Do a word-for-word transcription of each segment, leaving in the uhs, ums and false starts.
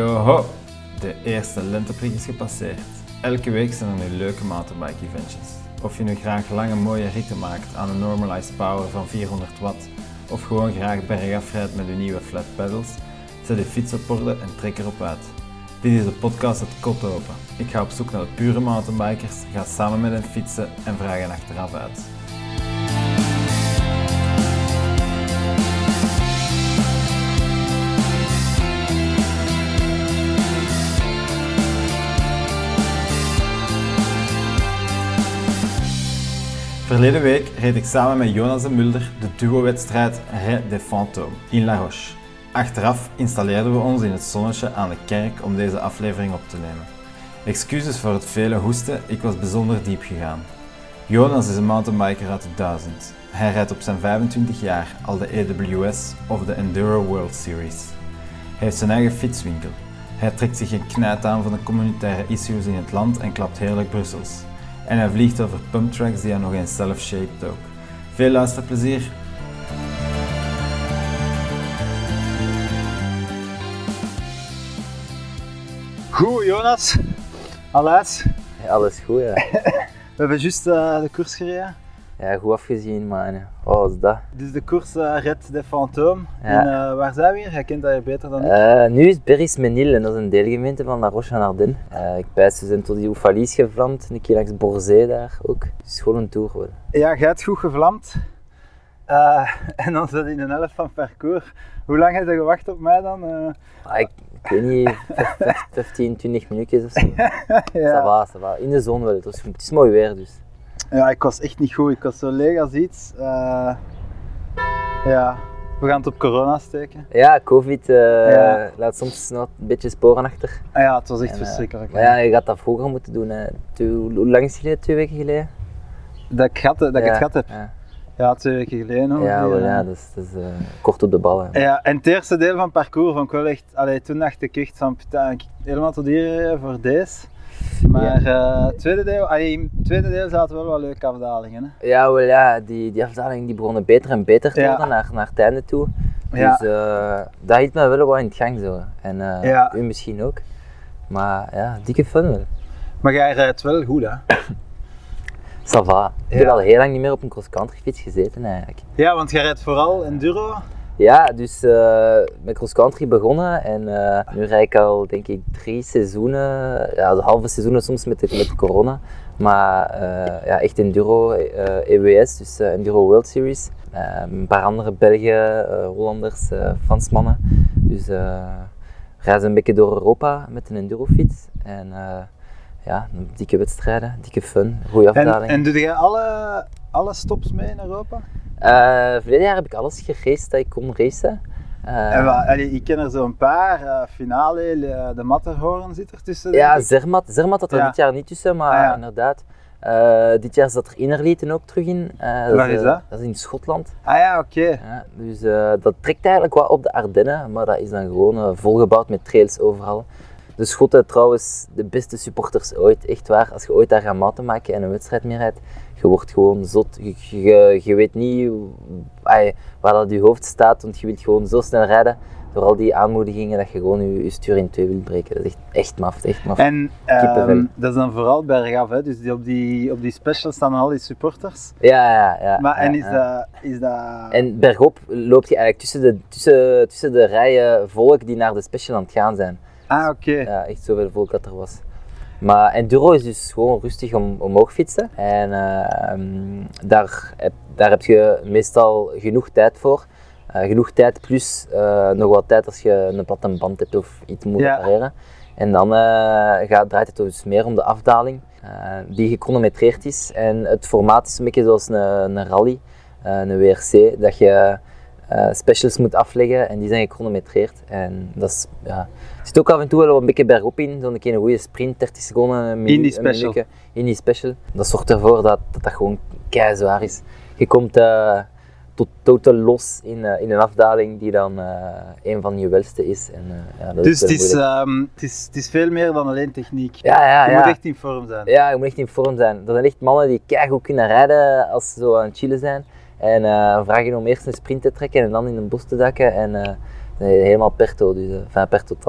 Yo-ho! De eerste lenteprik is gepasseerd. Elke week zijn er nu leuke mountainbike-eventjes. Of je nu graag lange mooie ritten maakt aan een normalized power van vierhonderd watt, of gewoon graag bergaf rijdt met je nieuwe flat pedals, zet je fiets op orde en trek erop uit. Dit is de podcast Het Kot Open. Ik ga op zoek naar de pure mountainbikers, ga samen met hen fietsen en vraag hen achteraf uit. Verleden week reed ik samen met Jonas en Mulder de duo-wedstrijd Ray des Fantômes in La Roche. Achteraf installeerden we ons in het zonnetje aan de kerk om deze aflevering op te nemen. Excuses voor het vele hoesten, ik was bijzonder diep gegaan. Jonas is een mountainbiker uit de duizend. Hij rijdt op zijn vijfentwintig jaar al de A W S of de Enduro World Series. Hij heeft zijn eigen fietswinkel. Hij trekt zich geen knijt aan van de communautaire issues in het land en klapt heerlijk Brussels. En hij vliegt over pumptracks die hij nog eens zelf shaped ook. Veel luisterplezier! Goed, Jonas. Alles? Ja, alles goed, ja. We hebben juist uh, de koers gereden. Ja, goed afgezien, maar nee. Wat was dat? Dus de koers uh, Ray des Fantômes. Ja. En uh, waar zijn we hier? Jij kent dat hier beter dan ik. Uh, nu is Berris-Menil en dat is een deelgemeente van La Roche en Ardennes. Uh, ik pijs, we zijn tot die Oufalies gevlamd, een keer langs Borzee daar ook. Het is gewoon een tour hoor. Ja, jij hebt goed gevlamd. Uh, en dan zit je in een helft van parcours. Hoe lang heb je gewacht op mij dan? Uh... Ah, ik, ik weet niet, vijftien, twintig minuutjes of zo. Ja. Ça va, ça va. In de zon wel, het is, het is mooi weer dus. Ja, ik was echt niet goed. Ik was zo leeg als iets. Uh, ja, we gaan het op corona steken. Ja, covid uh, Ja. laat soms nog een beetje sporen achter. Ah ja, het was echt En, verschrikkelijk. Uh, maar ja, je gaat dat vroeger moeten doen. Hè. Twee, hoe lang is het geleden? Twee weken geleden? Dat ik, gat, dat ik ja, het gat heb. Ja, Ja, twee weken geleden nog. ja, wel, ja dat is, dat is uh, kort op de bal. Hè. Ja, en het eerste deel van het parcours vond ik wel echt... Allee, toen dacht ik echt van, putain, ik helemaal tot hier voor deze. Maar ja. uh, tweede deel, allee, in het tweede deel zaten wel wat leuke afdalingen. Hè? Ja, wel, ja die, die afdaling die begonnen beter en beter te worden ja. naar, naar het einde toe. Ja. Dus uh, dat hield me wel wat in het gang zo. En uh, ja. u misschien ook. Maar ja, dikke fun wel. Maar jij rijdt wel goed hè? Ça va. Ik heb al heel lang niet meer op een cross-country fiets gezeten eigenlijk. Ja, want jij rijdt vooral enduro? Ja, dus uh, met cross-country begonnen en uh, nu rijd ik al denk ik drie seizoenen, ja de halve seizoenen soms met de, met de corona. Maar uh, ja, echt enduro, uh, E W S, dus uh, Enduro World Series. Uh, een paar andere Belgen, uh, Hollanders, uh, Fransmannen. Dus uh, reizen een beetje door Europa met een endurofiets. En uh, ja, dikke wedstrijden, dikke fun, goede afdaling. En, en doe jij alle, alle stops mee in Europa? Uh, verleden jaar heb ik alles geraced dat ik kon racen. Uh, en wat, allee, ik ken er zo'n paar, uh, finale, de Matterhorn zit er tussen. Ja, Zermatt, Zermatt had er ja. dit jaar niet tussen, maar ah, ja. inderdaad. Uh, dit jaar zat er Innerleithen ook terug in. Uh, Waar is dat? Dat is in Schotland. Ah ja, oké. Okay. Ja, dus uh, dat trekt eigenlijk wat op de Ardennen, maar dat is dan gewoon uh, volgebouwd met trails overal. De Schotten trouwens de beste supporters ooit, echt waar. Als je ooit daar gaat mountainbiken en een wedstrijd mee rijdt, je wordt gewoon zot. Je, je, je weet niet ay, waar dat je hoofd staat, want je wilt gewoon zo snel rijden door al die aanmoedigingen dat je gewoon je, je stuur in twee wilt breken. Dat is echt, echt maf, echt maf. En um, dat is dan vooral bergaf, hè? Dus die op, die, op die special staan al die supporters? Ja, ja, ja. Maar ja, en is, ja. Dat, is dat... En bergop loop je eigenlijk tussen de, tussen, tussen de rijen volk die naar de special aan het gaan zijn. Ah, oké. Okay. Ja, echt zoveel volk dat er was. Maar enduro is dus gewoon rustig om, omhoog fietsen. En uh, um, daar, heb, daar heb je meestal genoeg tijd voor. Uh, genoeg tijd plus uh, nog wat tijd als je een platte band hebt of iets moet ja. repareren. En dan uh, gaat, draait het dus meer om de afdaling uh, die gechronometreerd is. En het formaat is een beetje zoals een, een rally, uh, een W R C, dat je uh, specials moet afleggen en die zijn gechronometreerd. En dat is, ja, er zit ook af en toe wel een beetje bergop in, zo'n keer een goede sprint, dertig seconden, een minuut, in die special. Een in die special. Dat zorgt ervoor dat dat, dat gewoon kei zwaar is. Je komt uh, tot totaal los in, uh, in een afdaling die dan uh, een van je welste is. En, uh, ja, dat dus is het, is, um, het, is, het is veel meer dan alleen techniek. Ja, ja, je ja. moet echt in vorm zijn. Ja, je moet echt in vorm zijn. Dat zijn echt mannen die keigoed kunnen rijden als ze zo aan het chillen zijn. En uh, vragen om eerst een sprint te trekken en dan in een bos te duiken. En uh, helemaal perto, dus uh, enfin, per totaal.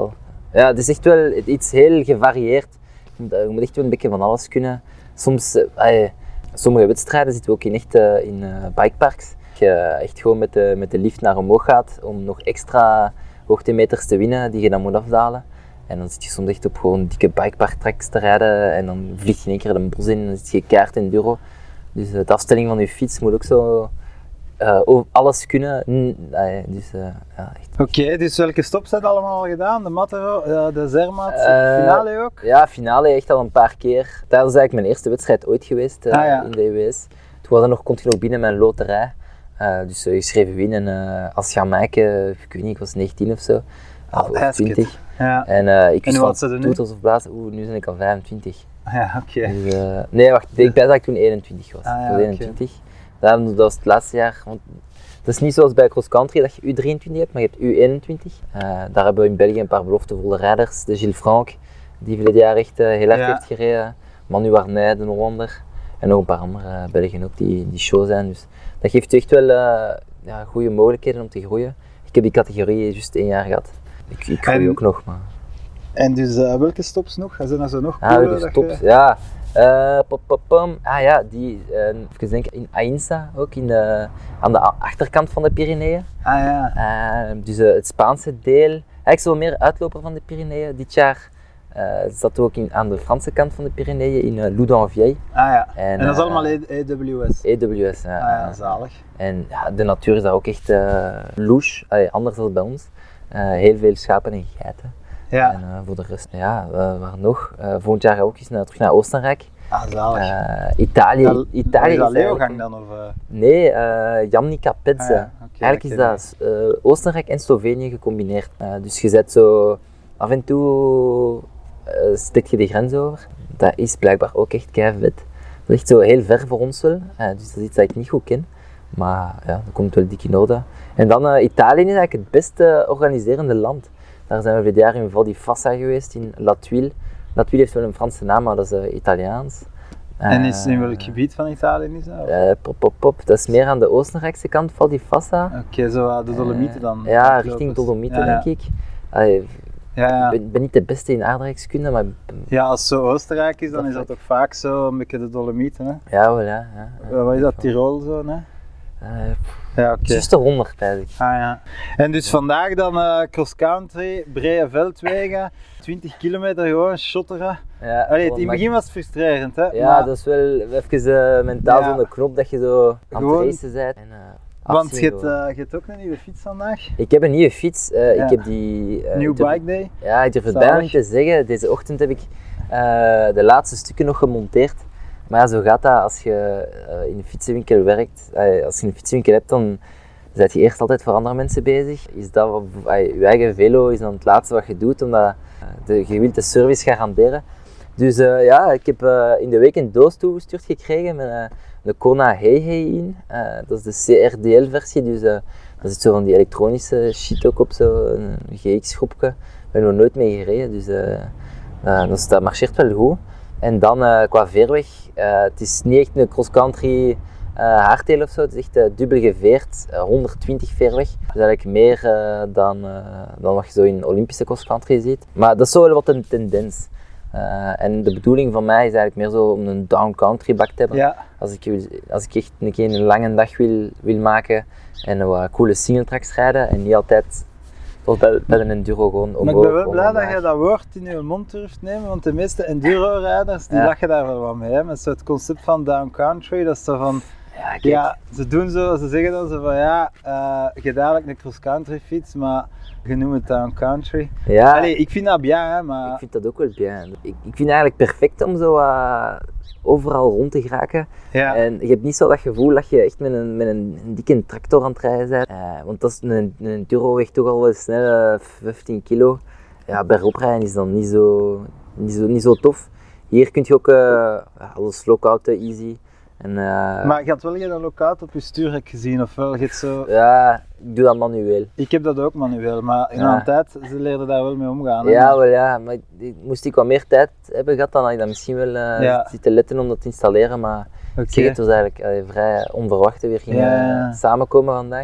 Ja, het is echt wel iets heel gevarieerd. Je moet, je moet echt wel een beetje van alles kunnen. Soms, uh, sommige wedstrijden zitten we ook in, echt, uh, in uh, bikeparks. Dat je echt gewoon met de, met de lift naar omhoog gaat om nog extra hoogtemeters te winnen die je dan moet afdalen. En dan zit je soms echt op gewoon dikke bikeparktracks te rijden en dan vlieg je in één keer de bos in en dan zit je keihard enduro. Dus uh, de afstelling van je fiets moet ook zo uh, alles kunnen. Dus, uh, ja, Oké, okay, dus welke stops heb je allemaal al gedaan? De Matterhorn, uh, de Zermatt, uh, finale ook? Ja, finale echt al een paar keer. Dat was eigenlijk mijn eerste wedstrijd ooit geweest uh, ah, ja. in de E W S. Toen was er nog, kon je nog binnen met een loterij. Uh, dus uh, je schreef je in en uh, als Jamaica, ik weet niet, ik was negentien of zo. Oh, of twintig. Ja. En uh, ik wist van toeters of blazen, oeh, nu ben ik al vijfentwintig. Ja, oké. Okay. Dus, uh, nee, wacht, ik denk dat ik toen eenentwintig was. Ah, ja, ik was eenentwintig. Okay. Dat was het laatste jaar. Want het is niet zoals bij cross country dat je U drieëntwintig hebt, maar je hebt U eenentwintig. Uh, daar hebben we in België een paar beloftevolle rijders. De Gilles Franck, die verleden jaar echt uh, heel hard ja. heeft gereden. Manu Warnay, de Hollander. En nog een paar andere uh, Belgen ook die, die show zijn. Dus dat geeft je echt wel uh, ja, goede mogelijkheden om te groeien. Ik heb die categorie juist één jaar gehad. Ik, ik groei en, ook nog. Maar... En dus uh, welke stops nog? Zijn er zo nog ah, welke stops? Je... Ja. Uh, pop, pop, pom. Ah ja, die, uh, even denken, in Ainsa ook, in de, aan de achterkant van de Pyreneeën. Ah ja. Uh, dus uh, het Spaanse deel, eigenlijk zo meer uitloper van de Pyreneeën. Dit jaar uh, zat ook in, aan de Franse kant van de Pyreneeën, in uh, Loudanvielle. Ah ja, en, en dat is uh, allemaal E W S? E W S, ja. Ah ja, zalig. En ja, de natuur is daar ook echt uh, louche, uh, anders dan bij ons. Uh, heel veel schapen en geiten. Ja. En uh, voor de rest, ja, uh, waar nog? Uh, volgend jaar gaan we ook eens naar, terug naar Oostenrijk. Ah, zalig. Uh, Italië. Dat, Italië is dat Leogang dan? Of, uh... Nee, uh, Jamnica Petze. Ah, ja. Okay, eigenlijk is dat uh, Oostenrijk en Slovenië gecombineerd. Uh, dus je zet zo af en toe uh, steek je de grens over. Dat is blijkbaar ook echt keivet. Dat is echt zo heel ver voor ons wel. Uh, dus dat is iets dat ik niet goed ken. Maar ja, dat komt wel dik in orde. En dan uh, Italië is eigenlijk het beste organiserende land. Daar zijn we dit jaar in Val di Fassa geweest, in La Tuile. La Tuile heeft wel een Franse naam, maar dat is uh, Italiaans. En is in welk gebied van Italië is dat? Uh, pop, pop, pop. Dat is meer aan de Oostenrijkse kant, Val di Fassa. Oké, okay, zo uh, de Dolomieten dan? Uh, ja, richting Dolomieten, ja, ja. denk ik. Allee, ja, ja. Ik ben, ben niet de beste in aardrijkskunde, maar... Ja, als het zo Oostenrijk is, dan is dat toch vaak zo een beetje de Dolomieten, hè? Ja, wel, ja. ja, ja. Wat is dat, Tirol zo, hè? Uh, ja, oké. Juist de honderd, eigenlijk. Ah ja. En dus vandaag dan uh, cross-country, brede veldwegen, twintig kilometer gewoon shotteren. Ja, Allee, in het begin was het frustrerend, hè? Ja, maar... dat is wel even uh, mentaal ja. zo'n knop dat je zo aan gewoon... het racen bent. En, uh, Want je hebt, uh, je hebt ook een nieuwe fiets vandaag? Ik heb een nieuwe fiets. Uh, ja. Ik heb die... Uh, New Bike Day? Ja, ik durf het bijna niet te zeggen. Deze ochtend heb ik uh, de laatste stukken nog gemonteerd. Maar ja, zo gaat dat als je uh, in een fietsenwinkel werkt. Uh, als je een fietsenwinkel hebt, dan ben je eerst altijd voor andere mensen bezig. Is dat, uh, je eigen velo is dan het laatste wat je doet, omdat uh, de, je wilt de service garanderen. Dus uh, ja, ik heb uh, in de week een doos toegestuurd gekregen met uh, de Kona Hey Hey in. Uh, dat is de C R D L-versie, dus uh, daar zit zo van die elektronische shit ook op, zo, een G X-groepje. Daar ben ik nog nooit mee gereden, dus uh, uh, dat, dat marcheert wel goed. En dan uh, qua veerweg, uh, het is niet echt een cross-country uh, hardtail of zo, het is echt uh, dubbel geveerd, uh, honderdtwintig veerweg. Dus eigenlijk meer uh, dan, uh, dan wat je zo in Olympische cross-country ziet. Maar dat is zo wel wat een tendens. Uh, en de bedoeling van mij is eigenlijk meer zo om een down-country bak te hebben. Ja. Als ik, wil, als ik echt een keer een lange dag wil, wil maken en wat coole singletracks rijden en niet altijd... Zoals bij, bij een enduro gewoon omhoog. Maar ik ben wel blij dat je dat woord in je mond durft nemen, want de meeste enduro-rijders die ja. lachen daar wel wat mee. Hè? Met zo het concept van down country, dat is zo van... Ja, kijk. Ja, ze doen zo, ze zeggen dan zo van ja, uh, je hebt eigenlijk een cross-country fiets, maar je noemt het down country. Ja. Allee, ik vind dat bien, hè, maar... Ik vind dat ook wel bien. Ik, ik vind het eigenlijk perfect om zo uh, overal rond te geraken. Ja. En je hebt niet zo dat gevoel dat je echt met een, met een, een dikke tractor aan het rijden bent. Uh, want dat is een, een enduro weegt toch al wel snel uh, vijftien kilo. Ja, bergop rijden is dan niet zo, niet zo, niet zo tof. Hier kun je ook uh, alles lock-outen, easy. En, uh, maar je had wel geen lock-out op je stuur heb ik gezien, of wel? Je hebt zo... Ja, ik doe dat manueel. Ik heb dat ook manueel, maar in ja. een tijd, ze leerden daar wel mee omgaan. Hè? Ja, wel ja, maar moest ik wat meer tijd hebben gehad, dan had ik dat misschien wel uh, ja. zitten letten om dat te installeren, maar okay. zeg, het was eigenlijk uh, vrij onverwacht dat we weer gingen ja. samenkomen vandaag.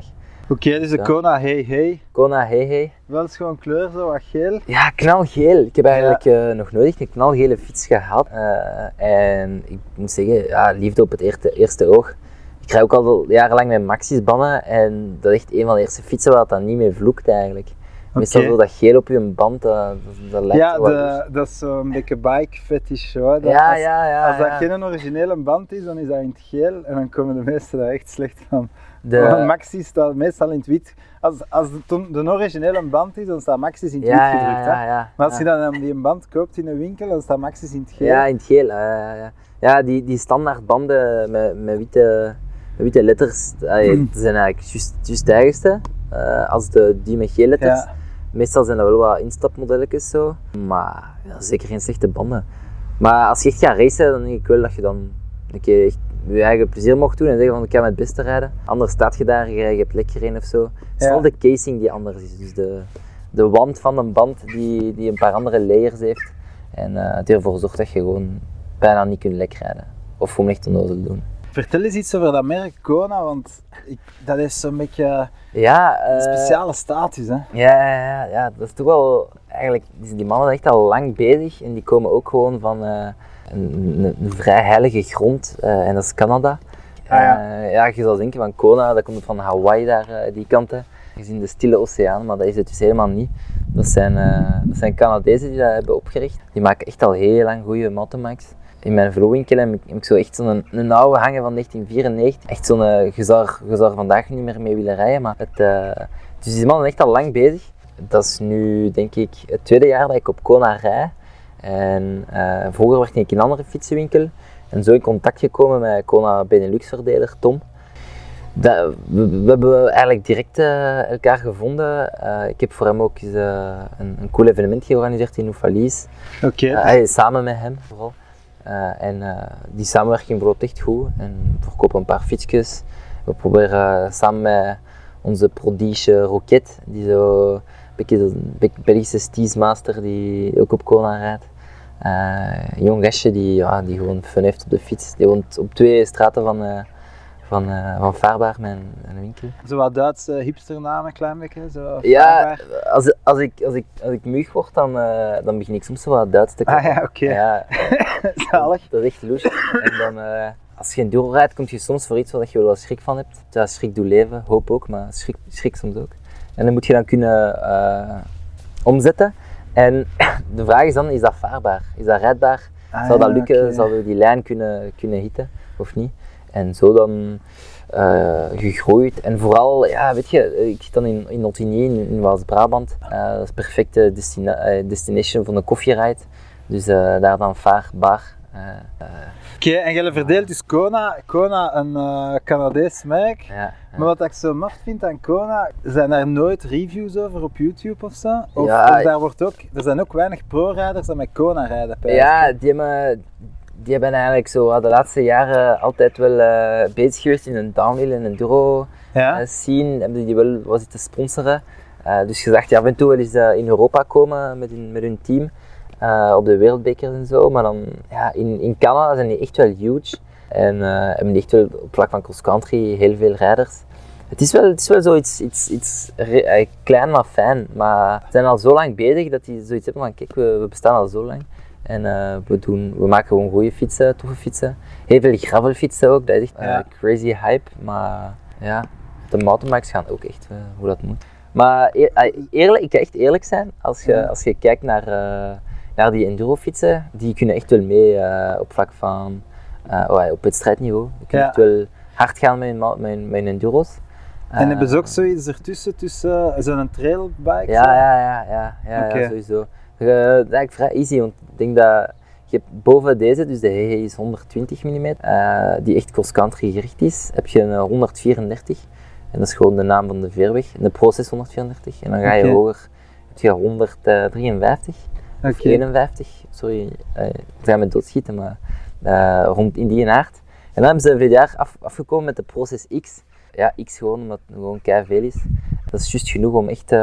Oké, okay, dus de Ja. Kona Hey Hey. Kona Hey Hey. Wel eens gewoon kleur, zo wat geel. Ja, knalgeel. Ik heb eigenlijk uh, nog nooit echt een knalgele fiets gehad. Uh, en ik moet zeggen, ja, liefde op het eerste, eerste oog. Ik rijd ook al jarenlang met Maxxis banden en dat is echt een van de eerste fietsen waar het dan niet meer vloekt eigenlijk. Meestal okay. Zo dat geel op je band, dat, dat lijkt ja, wel de, dat is zo'n beetje bike fetish. Hoor. Dat ja, als, ja, ja. Als dat ja. geen originele band is, dan is dat in het geel en dan komen de meesten daar echt slecht van. De... Want Maxxis staat meestal in het wit. Als, als de, de originele band is, dan staat Maxxis in het ja, wit gedrukt. Ja, ja, ja, maar als ja. je dan die een band koopt in een winkel, dan staat Maxxis in het geel. Ja, in het geel. Uh, ja, ja die, die standaard banden met, met, witte, met witte letters, uh, mm. dat zijn eigenlijk juist, juist de eigenste. Uh, als de, die met geel letters. Ja. Meestal zijn dat wel wat instapmodelletjes zo, maar ja, zeker geen slechte banden. Maar als je echt gaat racen, dan denk ik wel dat je dan een keer echt je eigen plezier mocht doen en zeggen van ik ga met het beste rijden. Anders staat je daar, je hebt lekker in of zo. Het is vooral ja. de casing die anders is, dus de, de wand van een band die, die een paar andere layers heeft. En uh, het ervoor zorgt dat je gewoon bijna niet kunt lek rijden. Of gewoon echt onnozel doen. Vertel eens iets over dat merk Kona, want ik, dat is zo'n beetje ja, uh, een speciale status. Hè? Ja, ja, ja, ja, dat is toch wel eigenlijk, die mannen zijn echt al lang bezig en die komen ook gewoon van uh, een, een, een vrij heilige grond uh, en dat is Canada. Ah, ja. Uh, ja, je zou denken van Kona, dat komt van Hawaii daar, uh, die kanten, gezien de stille oceaan, maar dat is het dus helemaal niet. Dat zijn, uh, dat zijn Canadezen die dat hebben opgericht. Die maken echt al heel lang goede mountainbikes. In mijn vloerwinkel heb ik, heb ik zo echt zo'n een oude hangen van negentien vierennegentig. Echt zo'n, uh, je, zou, je zou er vandaag niet meer mee willen rijden, maar het, uh, dus die man is echt al lang bezig. Dat is nu denk ik het tweede jaar dat ik op Kona rijd. En uh, vroeger werkte ik in een andere fietsenwinkel. En zo in contact gekomen met Kona Benelux-verdeler Tom. Dat, we, we hebben eigenlijk direct uh, elkaar gevonden. Uh, ik heb voor hem ook eens, uh, een, een cool evenement georganiseerd in Oufalise. Oké. Okay. Uh, samen met hem vooral. Uh, en uh, die samenwerking verloopt echt goed. En we verkopen een paar fietsjes. We proberen uh, samen met onze prodige Rocket, die zo een beetje een Belgische steesmaster die ook op Kona rijdt. Uh, een jong gastje die, ja, die gewoon fun heeft op de fiets. Die woont op twee straten van, uh, van, uh, van Vaarbaar, mijn, mijn winkel. Zo wat Duitse hipsternamen, een klein beetje? Zo ja, als, als, ik, als, ik, als ik mug word, dan, uh, dan begin ik soms zo wat Duits te komen. Ah ja, oké. Okay. Ja, zalig. Dat, dat is echt loes. En dan, uh, als je een doel rijdt, kom je soms voor iets waar je wel schrik van hebt. Ja, schrik doet leven, hoop ook, maar schrik, schrik soms ook. En dan moet je dan kunnen uh, omzetten. En de vraag is dan, is dat vaarbaar? Is dat rijdbaar? Ah, Zal dat ja, lukken? Okay. Zal we die lijn kunnen, kunnen hitten of niet? En zo dan uh, gegroeid. En vooral, ja, weet je, ik zit dan in, in Ottigny, in, in Waals-Brabant. Uh, dat is een perfecte destina- uh, destination voor een koffierijd. Dus uh, daar dan vaarbaar. Uh, uh, Oké, okay, en jullie verdeelt dus Kona, Kona een uh, Canadees merk. Ja, ja. Maar wat ik zo maf vind aan Kona, zijn er nooit reviews over op YouTube of zo? Of, ja, of daar wordt ook, er zijn ook weinig pro-rijders die met Kona rijden. Ja, die hebben, die hebben eigenlijk zo de laatste jaren altijd wel uh, bezig geweest in een downhill en enduro ja? uh, scene. Hebben die wel wat zitten sponsoren. Uh, dus je zag ja, af en toe wel eens uh, in Europa komen met hun, met hun team. Uh, op de wereldbekers en zo, maar dan ja, in, in Canada zijn die echt wel huge en uh, hebben die echt wel op vlak van cross-country heel veel rijders. Het is wel, het is wel zoiets iets, iets re, uh, klein maar fijn, maar ze zijn al zo lang bezig dat die zoiets hebben van kijk, we, we bestaan al zo lang en uh, we, doen, we maken gewoon goede fietsen, toffe fietsen. Heel veel gravelfietsen ook, dat is echt uh, ja. crazy hype, maar ja, de mountainbikes gaan ook echt uh, hoe dat moet. Maar eerlijk, ik kan echt eerlijk zijn, als je, als je kijkt naar uh, naar die endurofietsen, die kunnen echt wel mee uh, op vlak van, uh, oh, op wedstrijdniveau. Die kunnen ja. echt wel hard gaan met hun, met hun enduro's. En uh, hebben ze ook zoiets ertussen, tussen zo'n trailbike? Ja, ja, ja, ja, ja, okay. ja sowieso. Uh, dat is eigenlijk vrij easy, want ik denk dat je hebt boven deze, dus de Hey Hey is honderdtwintig millimeter, uh, die echt cross-country gericht is, heb je een honderdvierendertig. En dat is gewoon de naam van de veerweg, de Proces honderdvierendertig. En dan ga je okay. hoger, heb je honderddrieënvijftig. Of okay. eenenvijftig, sorry, uh, ik ga me doodschieten, maar uh, rond in die aard. En dan hebben ze vorig jaar af, afgekomen met de Proces X. Ja, X gewoon, omdat het gewoon keiveel is. Dat is juist genoeg om echt, uh,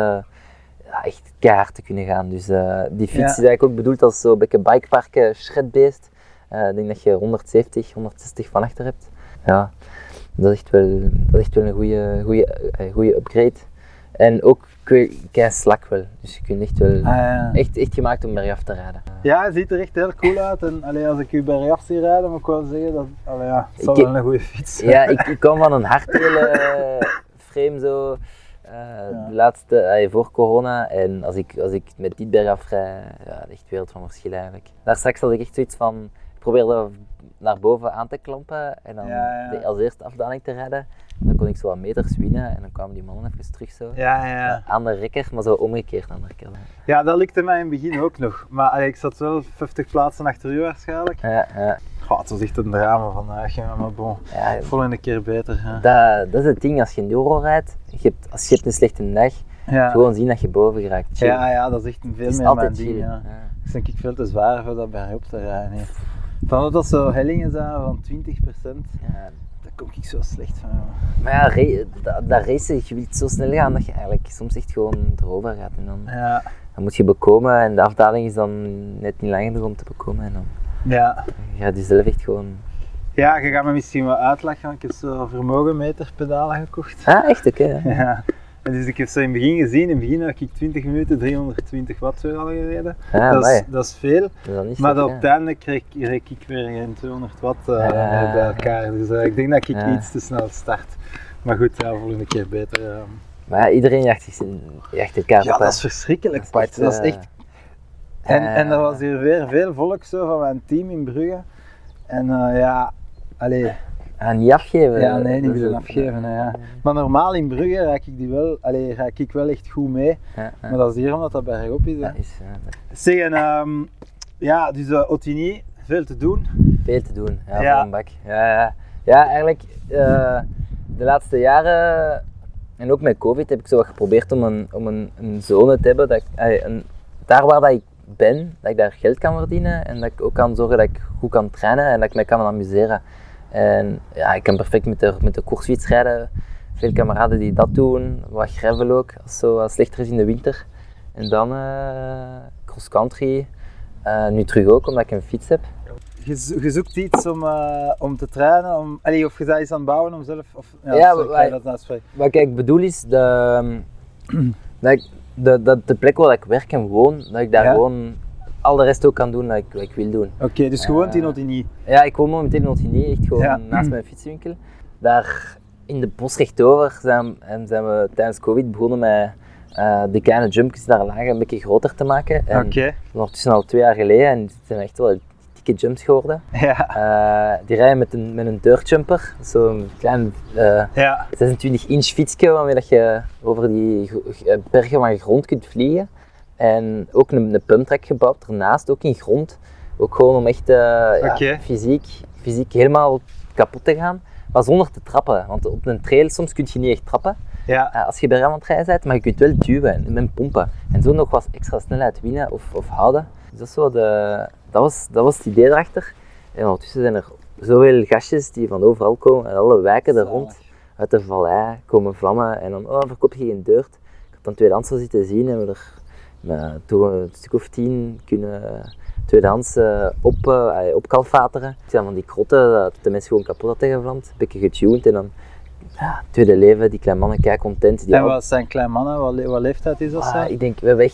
ja, echt keihard te kunnen gaan. Dus uh, die fiets ja. is eigenlijk ook bedoeld als zo'n beetje bikepark uh, shredbeest. Uh, ik denk dat je honderdzeventig, honderdzestig van achter hebt. Ja. Dat is echt wel, dat is echt wel een goede, goede, goede upgrade. En ook kei slak wel, dus je kunt echt wel, ah, ja. echt, echt gemaakt om bergaf te rijden. Ja, het ziet er echt heel cool uit en allee, als ik u bergaf zie rijden, moet ik wel zeggen dat allee, ja, het is wel een goede fiets. Ja, ik, ik kom van een hardtail frame zo, uh, ja. de laatste, uh, voor corona, en als ik, als ik met dit bergaf rijd, ja, echt wereld van verschil eigenlijk. Daar straks had ik echt zoiets van, ik probeerde naar boven aan te klampen en dan ja, ja. De, als eerste afdaling te rijden. Dan kon ik zo wat meters winnen en dan kwamen die mannen even terug zo. Ja, ja. Aan de rekker, maar zo omgekeerd aan de rekker. Ja, dat lukte mij in het begin ook nog. Maar allee, ik zat wel vijftig plaatsen achter u waarschijnlijk. Ja, ja. Goh, het was echt een drama vandaag, maar bon. Ja, volgende keer beter. Ja. Dat, dat is het ding als je enduro rijdt. Je hebt, als je hebt een slechte dag, ja. gewoon zien dat je boven geraakt. Chill. Ja, ja, dat is echt veel meer mijn ding. Ja. Ja. Dat is denk ik veel te zwaar voor dat bergop te rijden. Nee. Van dat dat zo hellingen zijn van twintig procent. Ja. Daar kom ik zo slecht van. Ja. Maar ja, re- dat, dat racen, je wilt zo snel gaan dat je eigenlijk soms echt gewoon erover gaat. En dan, ja. dan moet je bekomen en de afdaling is dan net niet lang genoeg om te bekomen. En dan ja. je gaat jezelf echt gewoon... Ja, je gaat me misschien wel uitlachen, want ik heb zo vermogenmeterpedalen gekocht. Ah, echt? Oké. Okay, ja. Ja. En dus ik heb zo in het begin gezien, in het begin heb ik twintig minuten driehonderdtwintig watt weer al gereden. Ja, dat, is, dat is veel, dat is maar zo, ja. uiteindelijk reek, reek ik weer geen tweehonderd watt uh, ja. bij elkaar. Dus uh, ik denk dat ik ja. iets te snel start. Maar goed, ja, volgende keer beter. Uh. Maar ja, iedereen jacht, zich, jacht elkaar ja, op. Ja, dat is verschrikkelijk, dat is echt, dat is echt... En, uh, en er was hier weer veel volk zo van mijn team in Brugge. En uh, ja, allee... Ah, niet afgeven? Ja, nee, niet willen afgeven. Hè, ja. Maar normaal in Brugge raak ik, die wel, allee, raak ik wel echt goed mee. Ja, ja. Maar dat is hier omdat dat bergop is. Dat is ja, dat... Zeg, en, um, ja, dus uh, Ottigny, veel te doen. Veel te doen, ja, ja. Voor een bak. Ja, ja. ja eigenlijk uh, de laatste jaren, en ook met COVID, heb ik zo wat geprobeerd om een, om een, een zone te hebben, dat ik, uh, een, daar waar dat ik ben, dat ik daar geld kan verdienen en dat ik ook kan zorgen dat ik goed kan trainen en dat ik me kan amuseren. En ja, ik kan perfect met de, met de koersfiets rijden. Veel kameraden die dat doen, wat gravel ook, als het zo wat slechter is in de winter. En dan uh, cross-country, uh, nu terug ook, omdat ik een fiets heb. Je, je zoekt iets om, uh, om te trainen, om, allee, of je bent iets aan het bouwen om zelf... Of, ja, ja sorry, wat, dat nou wat ik bedoel is, de, dat ik, de, de, de plek waar ik werk en woon, dat ik daar ja? gewoon... al de rest ook kan doen wat ik, wat ik wil doen. Oké, okay, dus je woont in Ottigny? Ja, ik woon momenteel in Ottigny, echt gewoon ja. naast mijn fietswinkel. Daar in de bos rechtdoor zijn, zijn we tijdens COVID begonnen met uh, de kleine jumpjes daar lagen een beetje groter te maken. Oké. Okay. Ondertussen al twee jaar geleden en het zijn echt wel dikke jumps geworden. Ja. Uh, die rijden met een, met een dirtjumper, zo'n klein uh, ja. zesentwintig inch fietsje waarmee dat je over die bergen van grond kunt vliegen. En ook een, een pumptrack gebouwd ernaast, ook in grond. Ook gewoon om echt uh, ja, okay. fysiek, fysiek helemaal kapot te gaan. Maar zonder te trappen, want op een trail soms kun je niet echt trappen. Ja. Uh, als je bergaf aan het rijden bent, maar je kunt wel duwen met pompen. En zo nog wat extra snelheid winnen of, of houden. Dus dat, is zo de, dat, was, dat was het idee erachter. En ondertussen zijn er zoveel gastjes die van overal komen, en alle wijken er rond. Uit de vallei komen vlammen en dan oh, verkoop je geen deurt. Ik had dan tweedehands zitten zien en we er... Maar toen een stuk of tien kunnen tweedehands uh, op, uh, opkalfateren. Ik zei van die krotten, dat de mensen gewoon kapot hadden gevlamd. Een beetje getuned en dan ja, tweede leven, die kleine mannen kei content. Die en wat zijn kleine mannen? Wat, le- wat leeftijd is dat? Ah, ik denk, we hebben echt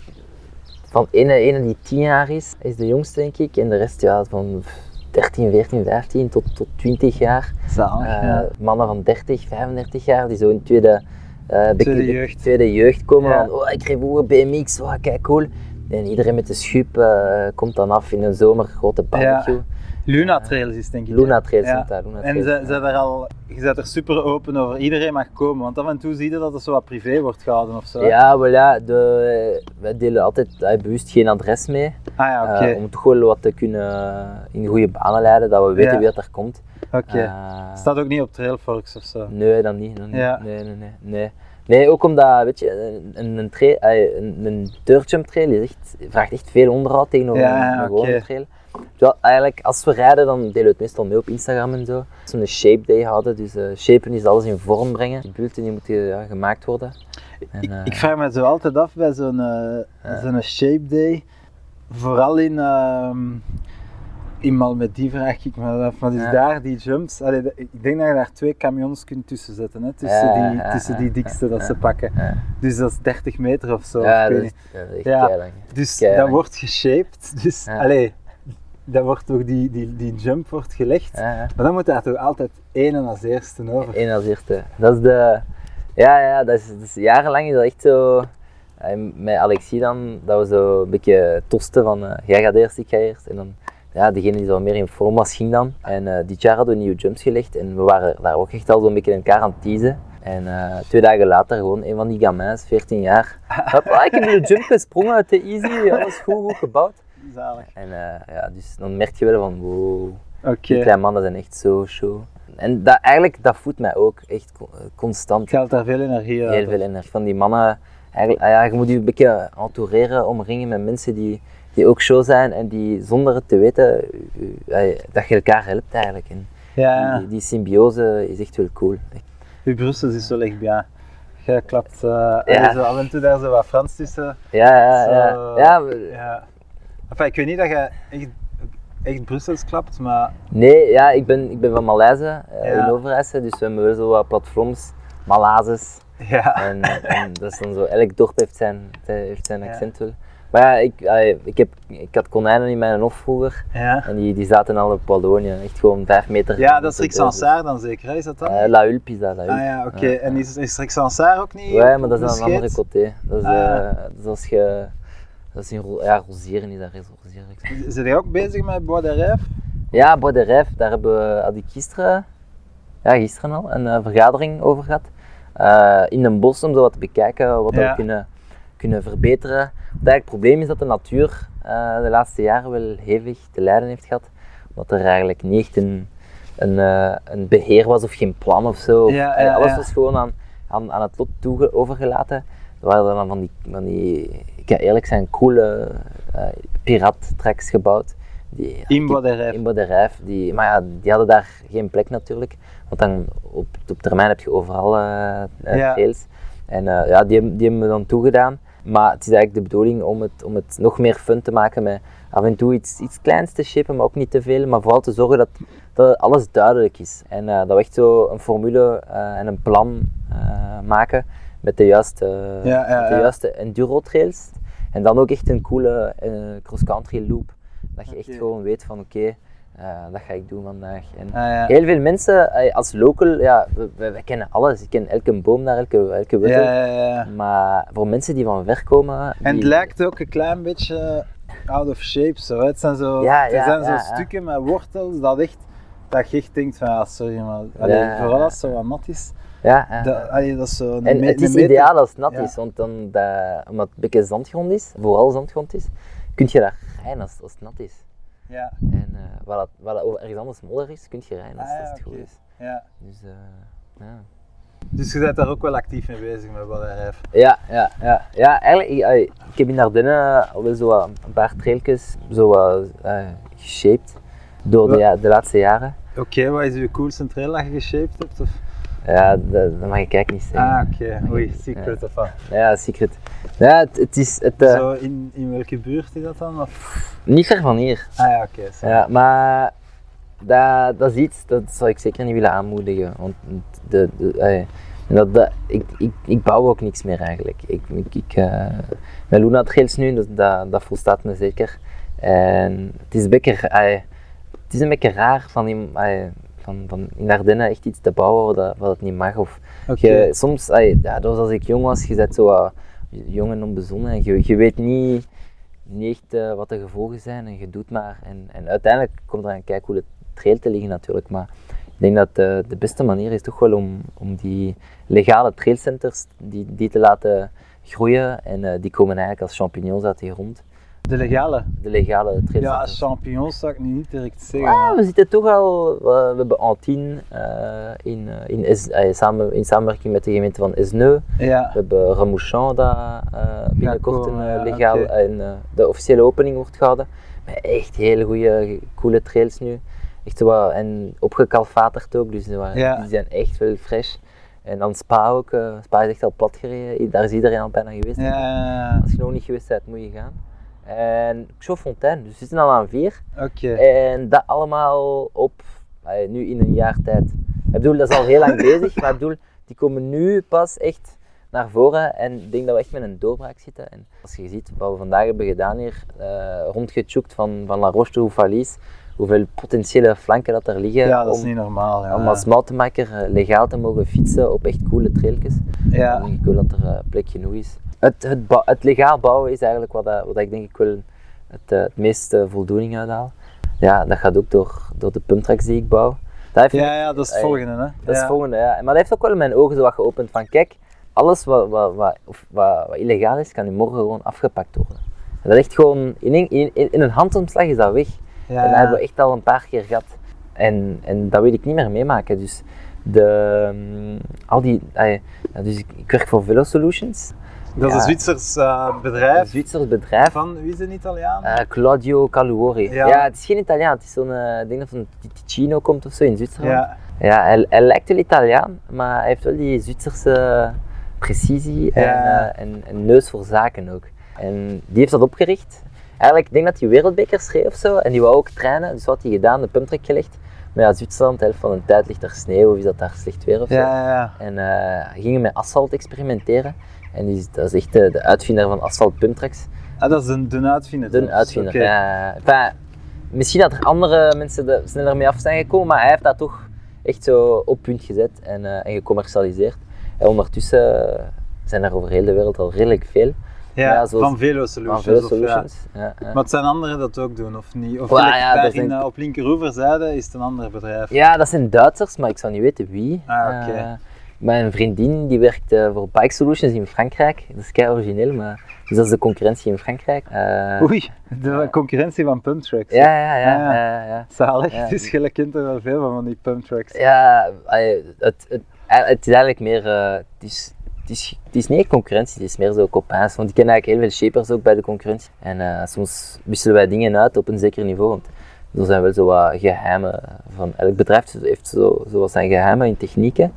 van ene, ene die tien jaar is, is de jongste denk ik. En de rest ja, van dertien, veertien, vijftien tot, tot twintig jaar. Zalig, uh, ja. Mannen van dertig, vijfendertig jaar die zo in tweede... Uh, tweede, jeugd. tweede jeugd komen ja. van, oh ik kreeg een B M X, oh kijk cool. En iedereen met de schuip uh, komt dan af in een zomer, grote barbecue. Ja. Luna Trails is denk ik. Luna Trails ja. is daar. Luna en ze, ze er al, je bent er super open over, iedereen mag komen, want af en toe zie je dat het zo wat privé wordt gehouden of zo. Ja, wel ja, de, wij delen altijd uh, bewust geen adres mee. Ah ja, oké. Okay. Uh, om toch wel wat te kunnen in de goede banen leiden, dat we weten ja. wie dat er komt. Oké. Okay. Uh, Staat ook niet op Trailforks of zo? Nee, dan niet. Dan niet. Ja. Nee, nee, nee, nee. Nee, ook omdat, weet je, een, een, trail, een, een dirtjump trail is echt, vraagt echt veel onderhoud tegenover ja, een, een okay. gewone trail. Terwijl eigenlijk, als we rijden, dan delen we het meestal mee op Instagram en zo. Als we een shape day hadden, dus uh, shapen is alles in vorm brengen. Die bulten die moeten ja, gemaakt worden. En, ik, uh, ik vraag me zo altijd af bij zo'n uh, uh, zo'n shape day, vooral in... Uh, eenmaal met die vraag ik me af, maar dus ja. daar die jumps, allee, ik denk dat je daar twee camions kunt tussen zetten, hè, tussen, ja, die, ja, tussen die dikste dat ja, ze pakken. Ja. Dus dat is dertig meter of zo. Ja, of dat, is, dat is echt ja. keilang. Dus keilang. dat wordt geshaped, dus ja. allee, dat wordt toch die, die, die jump wordt gelegd, ja, ja. maar dan moet daar toch altijd één als eerste over. Eén als eerste, dat is de, ja ja, dat is, dat is jarenlang is dat echt zo. Met Alexis dan, dat we zo een beetje tosten van uh, jij gaat eerst, ik ga eerst. En dan, ja, degene die zo meer in vorm was, ging dan. En uh, dit jaar hadden we nieuwe jumps gelegd en we waren daar ook echt al zo'n beetje in elkaar aan het teasen. En uh, twee dagen later gewoon een van die gamins, veertien jaar. Hop, ah, ik heb een jump gesprongen uit de easy, alles goed, goed gebouwd. Zalig. En uh, ja, dus dan merk je wel van wow, okay. die kleine mannen zijn echt zo show. En dat, eigenlijk, dat voedt mij ook echt constant. Het geldt daar veel energie uit. Heel veel energie van die mannen. Eigenlijk, ja, je moet je een beetje entoureren, omringen met mensen die, die ook show zijn en die zonder het te weten, dat je elkaar helpt eigenlijk. En ja. die, die symbiose is echt wel cool. Je Brussels is wel echt bien. Je klapt uh, ja. zo af en toe daar zo wat Frans tussen. Ja, ja, zo, ja. ja, maar... ja. Enfin, ik weet niet dat je echt, echt Brussels klapt, maar... Nee, ja, ik ben, ik ben van Maleise, uh, ja. in Overijssel, dus we hebben wel zo wat platforms, Malazes. Ja. En, en dat is dan zo, elk dorp heeft zijn, heeft zijn accent ja. wel. Maar ja, ik, ik, heb, ik had konijnen in mijn hof vroeger ja. en die, die zaten al op Wallonië, echt gewoon vijf meter. Ja, dat is Rixensart dan zeker, is dat dan? Uh, La Hulpe is dat, La Hulpe. Ah ja, oké. Okay. Ja, en is, is Rixensart ook niet? Ja, maar dat is aan de andere côté. Dat is, ah, ja. uh, dat is als je, dat is in ja, Rozieren is dat, Rozieren. Zit je ook bezig met Bois de Rijf? Ja, Bois de Rijf, daar hebben we, had ik gisteren, ja gisteren al, een uh, vergadering over gehad. Uh, in een bos om zo wat te bekijken wat ja. we kunnen, kunnen verbeteren. Want eigenlijk het probleem is dat de natuur uh, de laatste jaren wel hevig te lijden heeft gehad. Omdat er eigenlijk niet echt een, een, uh, een beheer was of geen plan of zo. Ja, ja, alles ja. was gewoon aan, aan, aan het lot toe overgelaten. Er waren dan van die, van die, ik ga eerlijk zijn, coole uh, piraattracks gebouwd. Die, in Bois de Rijf. In Bois de Rijf. Die, maar ja, die hadden daar geen plek natuurlijk. Want dan op, op termijn heb je overal uh, uh, ja. trails. En uh, ja, die, die hebben we dan toegedaan. Maar het is eigenlijk de bedoeling om het, om het nog meer fun te maken met af en toe iets, iets kleins te shippen, maar ook niet te veel. Maar vooral te zorgen dat, dat alles duidelijk is. En uh, dat we echt zo een formule uh, en een plan uh, maken met de juiste, ja, ja, met de ja. juiste enduro trails. En dan ook echt een coole uh, cross-country loop. Dat je echt okay. gewoon weet van oké, okay, uh, dat ga ik doen vandaag. En ah, ja. heel veel mensen, uh, als local, ja, we, we, we kennen alles. Ik ken elke boom daar, elke, elke witte. Ja, ja, ja. Maar voor mensen die van ver komen... Die... En het lijkt ook een klein beetje out of shape zo. Het zijn zo, ja, het ja, zijn ja, zo ja. stukken met wortels dat, echt, dat je echt denkt van ja, sorry maar, allee, ja, vooral ja. als het zo wat nat is. Ja, ja. Dat, allee, dat is zo een en me- het is een meter. ideaal als het nat ja. is, want dan, dat, omdat het een beetje zandgrond is, vooral zandgrond is, kun je daar rijden als, als het nat is. Ja. En uh, waar, dat, waar dat over ergens anders modder is, kun je rijden als, ah, ja, als het okay. goed is. Ja. Dus, uh, ja. Dus je bent daar ook wel actief mee bezig met Bois de Rijf? Ja, ja, ja. ja eigenlijk, ik, ik heb in Ardennen al wel zo een paar trailtjes zo uh, geshaped door de, ja, de laatste jaren. Oké, okay, wat is je coolste trail dat je geshaped hebt? Of? Ja, dat, dat mag ik eigenlijk niet zeggen. Ah, oké. Okay. Oei, secret ja. of wat? Ja, secret. Ja, het, het is... Het, uh, Zo, in, in welke buurt is dat dan? Of? Niet ver van hier. Ah ja, oké. Okay, ja, maar dat, dat is iets, dat zou ik zeker niet willen aanmoedigen. Want de, de, uh, dat, dat, ik, ik, ik bouw ook niks meer eigenlijk. Ik, ik, ik, uh, met Luna Trails nu, dat, dat, dat volstaat me zeker. En het is een beetje, uh, het is een beetje raar van... Uh, Van, van in Ardennen echt iets te bouwen wat, wat het niet mag. Of okay. je, soms, ay, ja, dat was als ik jong was, je bent zo uh, jong en onbezonnen en je, je weet niet, niet echt uh, wat de gevolgen zijn en je doet maar. En, en uiteindelijk komt er een keicoole trail te liggen natuurlijk, maar ik denk dat uh, de beste manier is toch wel om, om die legale trailcenters die, die te laten groeien en uh, die komen eigenlijk als champignons uit de grond. De legale? De legale trailcenters. Ja, champignons zou ik niet direct zeggen. Ah, we zitten toch al, uh, we hebben Antine uh, in, uh, in, es, uh, samen, in samenwerking met de gemeente van Esneux. Ja. We hebben Remouchamp dat uh, binnenkort ja, cool, een, uh, ja, legaal, okay. uh, uh, de officiële opening wordt gehouden. Met echt hele goede, coole trails nu. Echt zo, en opgekalfaterd ook, dus uh, ja. die zijn echt wel fresh. En dan Spa ook, uh, Spa is echt al plat gereden, daar is iedereen al bijna geweest. Ja. Als je nog niet geweest bent, moet je gaan. en Chaudfontaine. Dus we zitten al aan vier. Oké. Okay. En dat allemaal op, uh, nu in een jaar tijd. Ik bedoel, dat is al heel lang bezig, maar ik bedoel, die komen nu pas echt naar voren en ik denk dat we echt met een doorbraak zitten. En als je ziet wat we vandaag hebben gedaan hier, uh, rondgetjoekt van, van La Roche tot Valise, hoeveel potentiële flanken dat er liggen. Ja, dat is om, niet normaal. Ja. Om als mountainbiker uh, legaal te mogen fietsen op echt coole trailtjes. Ja. Dan denk ik wel dat er uh, plek genoeg is. Het, het, bou- het legaal bouwen is eigenlijk wat, dat, wat ik denk ik wel het, uh, het meeste voldoening uithaal. Ja, dat gaat ook door, door de pumptracks die ik bouw. Dat heeft, ja, ja, dat is het volgende. Hè? Dat ja. is het volgende, ja. Maar dat heeft ook wel mijn ogen zo wat geopend van kijk, alles wat, wat, wat, of wat, wat illegaal is, kan nu morgen gewoon afgepakt worden. En dat echt gewoon, in een, in, in een handomslag is dat weg. Ja, en dat hebben we echt al een paar keer gehad. En, en dat wil ik niet meer meemaken. Dus, de, um, al die, uh, dus ik, ik werk voor Velo Solutions. Dat is ja, een Zwitsers uh, bedrijf. Een Zwitsers bedrijf. Van, wie is een Italiaan? Uh, Claudio Caluori. Ja. ja, het is geen Italiaan. Het is zo'n, uh, ik denk dat van Ticino komt of zo in Zwitserland. Ja, ja hij, hij lijkt wel Italiaan, maar hij heeft wel die Zwitserse precisie en, ja. uh, en, en neus voor zaken ook. En die heeft dat opgericht. Eigenlijk, ik denk dat hij wereldbeker schreef of zo en die wou ook trainen, dus wat had hij gedaan, de pumptrack gelegd. Maar ja, Zwitserland, de helft van de tijd ligt er sneeuw of is dat daar slecht weer of zo. Ja, ja, ja. En uh, gingen met asfalt experimenteren. En die, dat is echt de, de uitvinder van asfalt pumptracks. Ah, dat is de, de uitvinder? De uitvinder, okay. ja. Enfin, misschien dat er andere mensen er sneller mee af zijn gekomen, maar hij heeft dat toch echt zo op punt gezet en, uh, en gecommercialiseerd. En ondertussen zijn er over heel de wereld al redelijk veel. Ja, ja van Velo Solutions. Van Velo Solutions. Of, ja. Ja, ja. Maar het zijn anderen dat ook doen, of niet? Of well, ja, daar in, in, op linkeroeverzijde is het een ander bedrijf? Ja, dat zijn Duitsers, maar ik zou niet weten wie. Ah, oké. Okay. Uh, mijn vriendin die werkt uh, voor Bike Solutions in Frankrijk. Dat is kei origineel, maar dus dat is de concurrentie in Frankrijk. Uh, Oei, de uh, concurrentie van pumptracks. Ja, ja, ja. ja. ja, ja, ja. Zalig, ja. Dus je kent er wel veel van die pumptracks. Ja, het, het, het, het is eigenlijk meer... Uh, het is, Het is, het is niet echt concurrentie, het is meer zo copains, want ik ken eigenlijk heel veel shapers ook bij de concurrentie. En uh, soms wisselen wij dingen uit op een zeker niveau, want er zijn wel zo wat geheimen van elk bedrijf, heeft zo, zo wat zijn geheimen in technieken.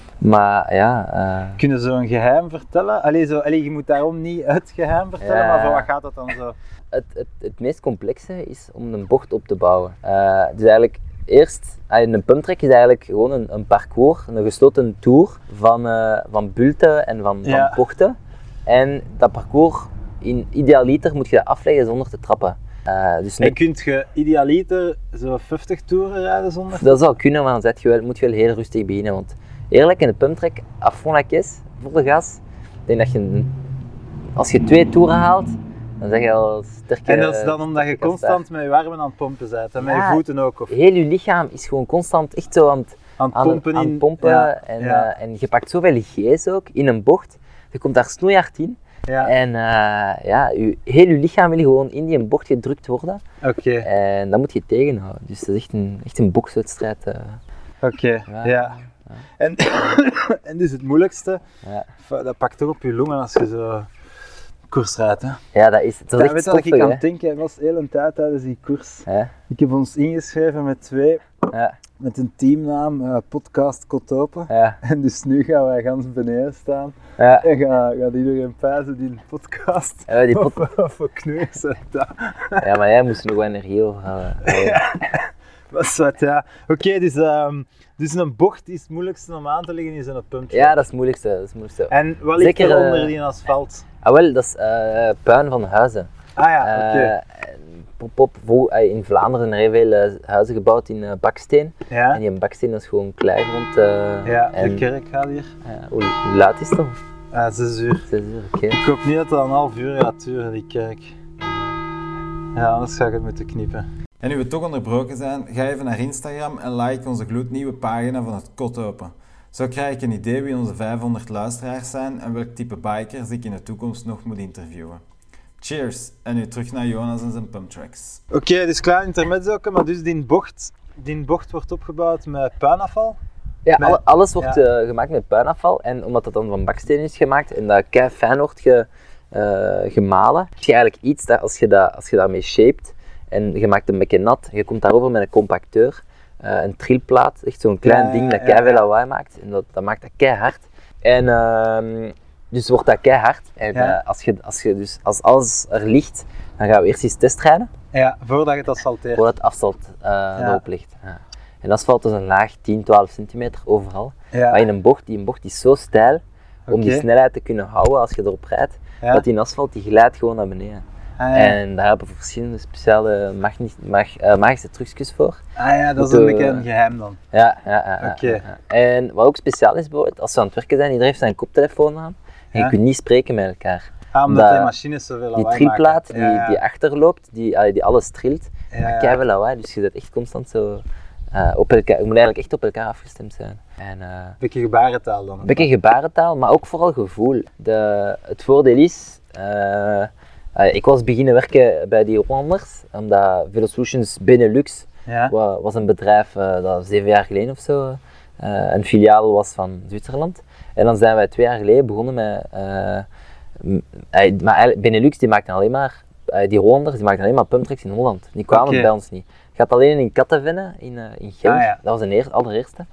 Maar ja... Uh... Kunnen ze een geheim vertellen? Allee, zo, allee, je moet daarom niet het geheim vertellen, ja, maar van wat gaat dat dan zo? Het, het, het meest complexe is om een bocht op te bouwen. Uh, dus eigenlijk... Eerst, een pumptrack is eigenlijk gewoon een, een parcours, een gesloten tour van, uh, van bulten en van, ja. van bochten. En dat parcours, in idealiter moet je dat afleggen zonder te trappen. Uh, dus en kun je idealiter zo vijftig toeren rijden zonder? Dat zou kunnen, maar dan je wel, moet je wel heel rustig beginnen. Want eerlijk, in de pumptrack, à fond la caisse, voor de gas, ik denk dat je, als je twee toeren haalt, dan zeg je al sterke... En dat is dan omdat je constant met je armen aan het pompen bent en met ja, je voeten ook? Of? Heel je lichaam is gewoon constant echt zo aan het, aan het pompen, aan, aan in, pompen ja, en, ja. Uh, en je pakt zoveel G's ook in een bocht. Je komt daar snoeihard in ja. en uh, ja, je, heel je lichaam wil gewoon in die bocht gedrukt worden. Okay. En dat moet je tegenhouden. Dus dat is echt een, echt een bokswedstrijd. Uh. Oké, okay. ja. ja. ja. En, en dus het moeilijkste, ja. dat pakt toch op je longen als je zo... koers rijdt, hè? Ja, dat is, dat is ja, echt weet stoffig, wat ik aan hè? het denken was de hele tijd tijdens die koers. Ja. Ik heb ons ingeschreven met twee, ja. met een teamnaam, uh, podcast Kotopen. Ja. En dus nu gaan wij gans beneden staan. Ja. En gaat ga iedereen pijzen die podcast. Ja, die pod... of, of, of kneus. Ja, maar jij moest nog energie overhalen. Ja. Was wat, ja. Oké, okay, dus, um, dus een bocht is het moeilijkste om aan te leggen in een pumptrack. Ja, dat is het moeilijkste. Dat is het moeilijkste. En wat ligt er onder die asfalt? Ah, wel, dat is uh, puin van huizen. Ah ja, oké. Okay. Uh, pop, pop, in Vlaanderen zijn er heel veel uh, huizen gebouwd in uh, baksteen. Ja. En die baksteen is gewoon kleigrond. Uh, ja, en, de kerk gaat hier. Uh, hoe, hoe laat is het dan? Uh, zes uur. Zes uur, oké. Okay. Ik hoop niet dat het een half uur gaat duren, die kerk. Ja, anders ga ik het moeten knippen. En nu we toch onderbroken zijn, ga even naar Instagram en like onze gloednieuwe pagina van het Kotopen. Zo krijg ik een idee wie onze vijfhonderd luisteraars zijn en welk type bikers ik in de toekomst nog moet interviewen. Cheers! En nu terug naar Jonas en zijn pumptracks. Oké, okay, dus klein intermezzo, maar dus die bocht, die bocht wordt opgebouwd met puinafval? Ja, met, alles wordt ja. uh, gemaakt met puinafval en omdat dat dan van baksteen is gemaakt en dat kei fijn wordt ge, uh, gemalen, heb je eigenlijk iets dat als je, dat, als je daarmee shaped en je maakt een beetje nat, je komt daarover met een compacteur, uh, een trilplaat, echt zo'n klein ja, ding dat kei veel ja, ja. lawaai maakt en dat, dat maakt dat keihard. En uh, Dus wordt dat keihard. En Ja. uh, als, je, als, je dus, als alles er ligt, dan gaan we eerst eens testrijden. Ja, voordat je het asfalteert. Voordat het asfalt uh, Ja. erop ligt. Ja. En asfalt is een laag tien, twaalf centimeter overal. Ja. Maar in een bocht, die een bocht is zo steil, om Oké. die snelheid te kunnen houden als je erop rijdt, Ja. dat die asfalt die glijdt gewoon naar beneden. Ah, ja. En daar hebben we verschillende speciale magni- mag, uh, magische trucjes voor. Ah ja, dat is Moeten een we- beetje een geheim dan. Ja, ja, ja. ja, Oké. ja, ja. En wat ook speciaal is, bijvoorbeeld, als we aan het werken zijn, iedereen heeft zijn koptelefoon aan. En Ja. je kunt niet spreken met elkaar. Ah, omdat Dat- die machines zoveel Die lawaai trilplaat maken. die, Ja, ja. die achterloopt, die, allee, die alles trilt, Ja, maakt ja. keiveel lawaai. Dus je bent echt constant zo uh, op elkaar, je moet eigenlijk echt op elkaar afgestemd zijn. En, uh, Een beetje gebarentaal dan. een beetje gebarentaal, maar ook vooral gevoel. De, het voordeel is, uh, uh, ik was beginnen werken bij die Hollanders, omdat VeloSolutions Benelux Ja. wa- was een bedrijf uh, dat zeven jaar geleden of zo uh, een filiaal was van Zwitserland. En dan zijn wij twee jaar geleden begonnen met, uh, m- uh, maar eigenlijk Benelux die maakten alleen maar, uh, die Hollanders die maakten alleen maar pumptracks in Holland. Die kwamen Oké. bij ons niet. Je gaat alleen in Kattenvenne in, uh, in Gent, Ah, ja. dat was de eer- allereerste.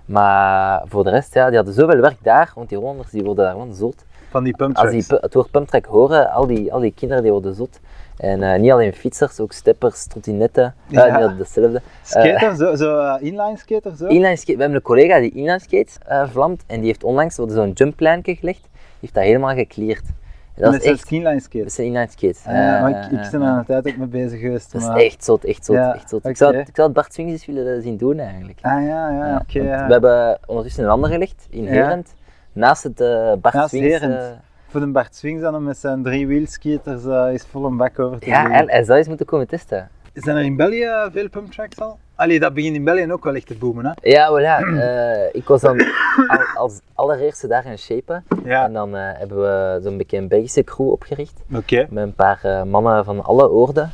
Maar voor de rest, ja, die hadden zoveel werk daar, want die Hollanders die worden daar gewoon zot. Van die Als die pumptracks. pu- het woord pumptrack horen, al die, al die kinderen die worden zot. En uh, niet alleen fietsers, ook steppers, trottinetten, Ja. uh, niet hetzelfde. Skater, zo, zo uh, inline skater zo? Inline skate, we hebben een collega die inline skates uh, vlamt en die heeft onlangs zo'n jumplijntje gelegd, die heeft dat helemaal gecleared. En dat Met is zijn echt, inline dat skate. is een inline skate. Ah, ja, maar Uh, ik, ik uh, ben er aan de tijd ook mee bezig geweest. Dat is maar... echt zot, echt zot, Ja, echt zot. Ik, zou, oké. ik zou het Bart Swings eens willen zien doen eigenlijk. Ah ja, ja, Ja, oké. want ja. We hebben ondertussen een ander gelegd in Ja. Herent, naast het uh, Bart Naast Swings. Herent. uh, Voor de Bart Swings dan met zijn drie wheelskaters uh, is vol een bak over te ja, doen. hij, hij zou eens moeten komen testen. Zijn er in België veel pumptracks al? Allee, dat begint in België ook wel echt te boomen, hè? Ja, voilà. Uh, ik was dan al, als allereerste daar in shapen. Ja. En dan uh, hebben we zo'n beetje een Belgische crew opgericht. Oké. Met een paar uh, mannen van alle oorden.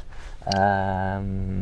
Uh,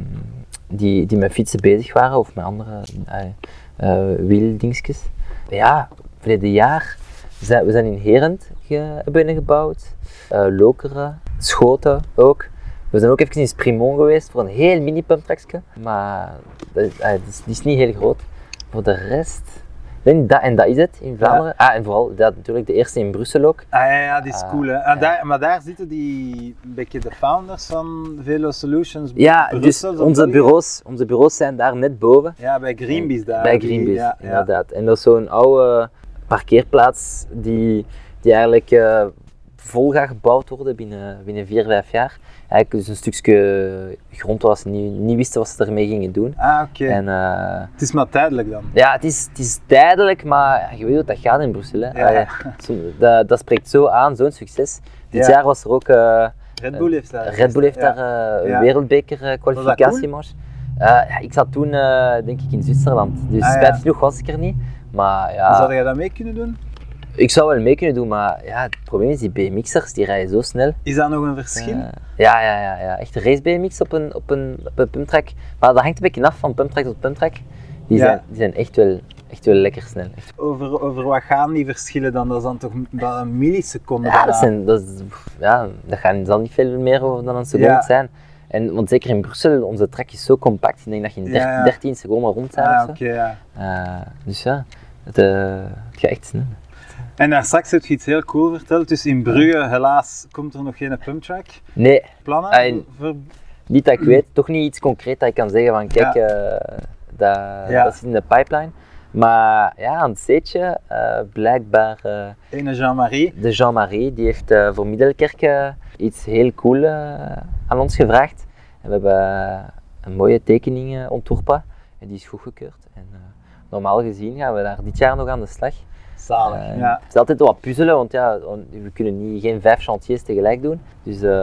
die, die met fietsen bezig waren of met andere uh, uh, wieldingetjes. Ja, verleden jaar zijn we zijn in Herent ge, binnengebouwd. Uh, Lokeren, Schoten ook. We zijn ook even in Sprimont geweest voor een heel mini pumptrackje. Maar dat is, uh, die, is, die is niet heel groot. Voor de rest... Nee, dat, en dat is het in Vlaanderen. Ja. Ah, en vooral dat, natuurlijk de eerste in Brussel ook. Ah ja, ja die is Uh, cool, hè? ja. En daar, maar daar zitten die een beetje de founders van VeloSolutions. Ja, Brussel, dus zo onze België. bureaus, onze bureaus zijn daar net boven. Ja, bij Greenpeace daar. Bij die- Greenpeace, ja, ja. inderdaad. En dat is zo'n oude parkeerplaats die, die eigenlijk uh, vol gaat gebouwd worden binnen, binnen vier, vijf jaar. Eigenlijk dus een stukje grond waar ze niet, niet wisten wat ze ermee gingen doen. Ah, oké. En, uh, Het is maar tijdelijk dan. ja, het is, het is tijdelijk, maar je weet hoe dat gaat in Brussel. Hè. Ja. Allee, zo- dat, dat spreekt zo aan, zo'n succes. Dit Ja. jaar was er ook... Uh, Red Bull heeft daar. Red Bull heeft ja. daar uh, een Ja. wereldbeker uh, cool? kwalificatiematch. Uh, ja, ik zat toen uh, denk ik in Zwitserland, dus Ah, ja. spijtig genoeg was ik er niet. Maar ja, Zou jij dat mee kunnen doen? ik zou wel mee kunnen doen, maar ja, het probleem is die B M X'ers die rijden zo snel. Is dat nog een verschil? Uh, ja, ja, ja, ja, echt een race B M X op een, op een, op een pumptrack. Maar dat hangt een beetje af van pumptrack tot pumptrack. Die, Ja. zijn, die zijn echt wel, echt wel lekker snel. Echt. Over, over wat gaan die verschillen dan? Dat is dan toch wel een milliseconde? Ja, dat, bijna. zijn, dat, is, ja, dat gaat, zal niet veel meer over dan een seconde Ja. zijn. En, want zeker in Brussel, onze track is zo compact, ik denk dat je in Ja, ja. dertien seconden rond bent. Ah, of oké, zo. ja. Uh, dus ja, het, uh, het gaat echt snel. En daar straks heb je iets heel cool verteld. Dus in Brugge, helaas, komt er nog geen pumptrack. Nee, Plannen? Ah, en- voor... niet dat ik weet, toch niet iets concreet dat ik kan zeggen van kijk, Ja. uh, dat, Ja. dat zit in de pipeline. Maar ja, aan het zeetje, uh, blijkbaar uh, Ene Jean-Marie. de Jean-Marie, die heeft uh, voor Middelkerk uh, iets heel cool uh, aan ons gevraagd. En we hebben uh, een mooie tekening uh, ontworpen en die is goedgekeurd. En, uh, normaal gezien gaan we daar dit jaar nog aan de slag. Zalig, Uh, ja. Het is altijd wat puzzelen, want ja, we kunnen niet, geen vijf chantiers tegelijk doen. Dus uh,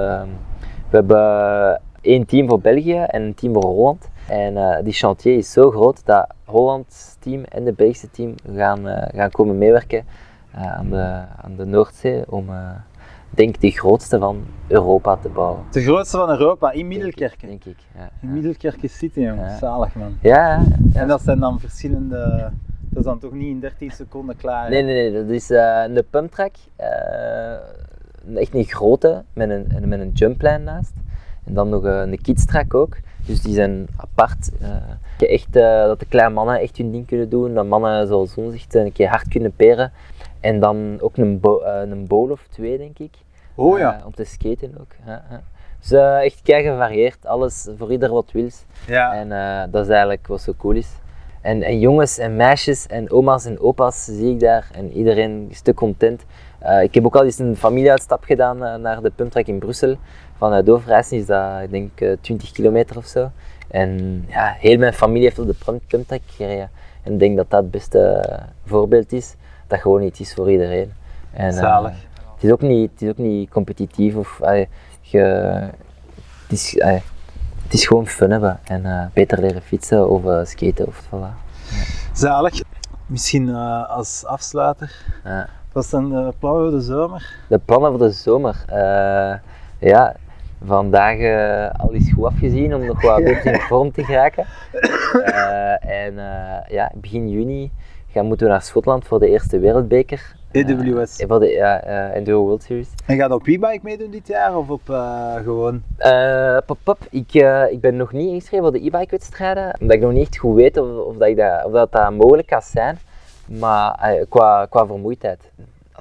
we hebben één team voor België en een team voor Holland. En uh, die chantier is zo groot dat Hollands team en de Belgische team gaan, uh, gaan komen meewerken uh, aan, de, aan de Noordzee om, uh, denk ik, de grootste van Europa te bouwen. De grootste van Europa, in Middelkerk. Denk ik, ja. In Middelkerk is City, jongen. Ja. Zalig, man. Ja, ja, ja. En dat zijn dan verschillende... Dat is dan toch niet in dertien seconden klaar? Nee, nee, nee, dat is uh, een pumptrack. Uh, echt een grote, met een, met een jumplijn naast. En dan nog uh, een kidstrack ook. Dus die zijn apart. Uh, echt, uh, dat de kleine mannen echt hun ding kunnen doen. Dat mannen zoals ons echt een keer hard kunnen peren. En dan ook een, bo- uh, een bowl of twee, denk ik. Oh ja. Uh, om te skaten ook. Ja, ja. Dus uh, echt kei gevarieerd, alles voor ieder wat wils. Ja. En uh, dat is eigenlijk wat zo cool is. En, en jongens en meisjes en oma's en opa's zie ik daar en iedereen is te content. Uh, ik heb ook al eens een familieuitstap gedaan uh, naar de pumptrack in Brussel. Vanuit Overijssel is dat, ik denk, uh, twintig kilometer of zo. En ja, heel mijn familie heeft op de pumptrack gereden. En ik denk dat dat het beste uh, voorbeeld is, dat gewoon iets is voor iedereen. En, Zalig. Uh, het, is ook niet, het is ook niet competitief of uh, ge, het, is, uh, het is gewoon fun hebben en uh, beter leren fietsen of uh, skaten of voilà. Ja. Zalig. Misschien uh, als afsluiter. Ja. Wat zijn de plannen voor de zomer? De plannen voor de zomer? Uh, ja, vandaag uh, al eens goed afgezien om nog wat beter in vorm te geraken. Uh, en uh, ja, begin juni gaan moeten we naar Schotland voor de eerste wereldbeker. E W S? Uh, voor de ja, uh, Enduro World Series. En ga je op e-bike meedoen dit jaar of op uh, gewoon? Uh, pop, pop. Ik, uh, ik ben nog niet ingeschreven voor de e-bike wedstrijden, omdat ik nog niet echt goed weet of, of, dat, ik dat, of dat, dat mogelijk kan zijn. Maar uh, qua, qua vermoeidheid.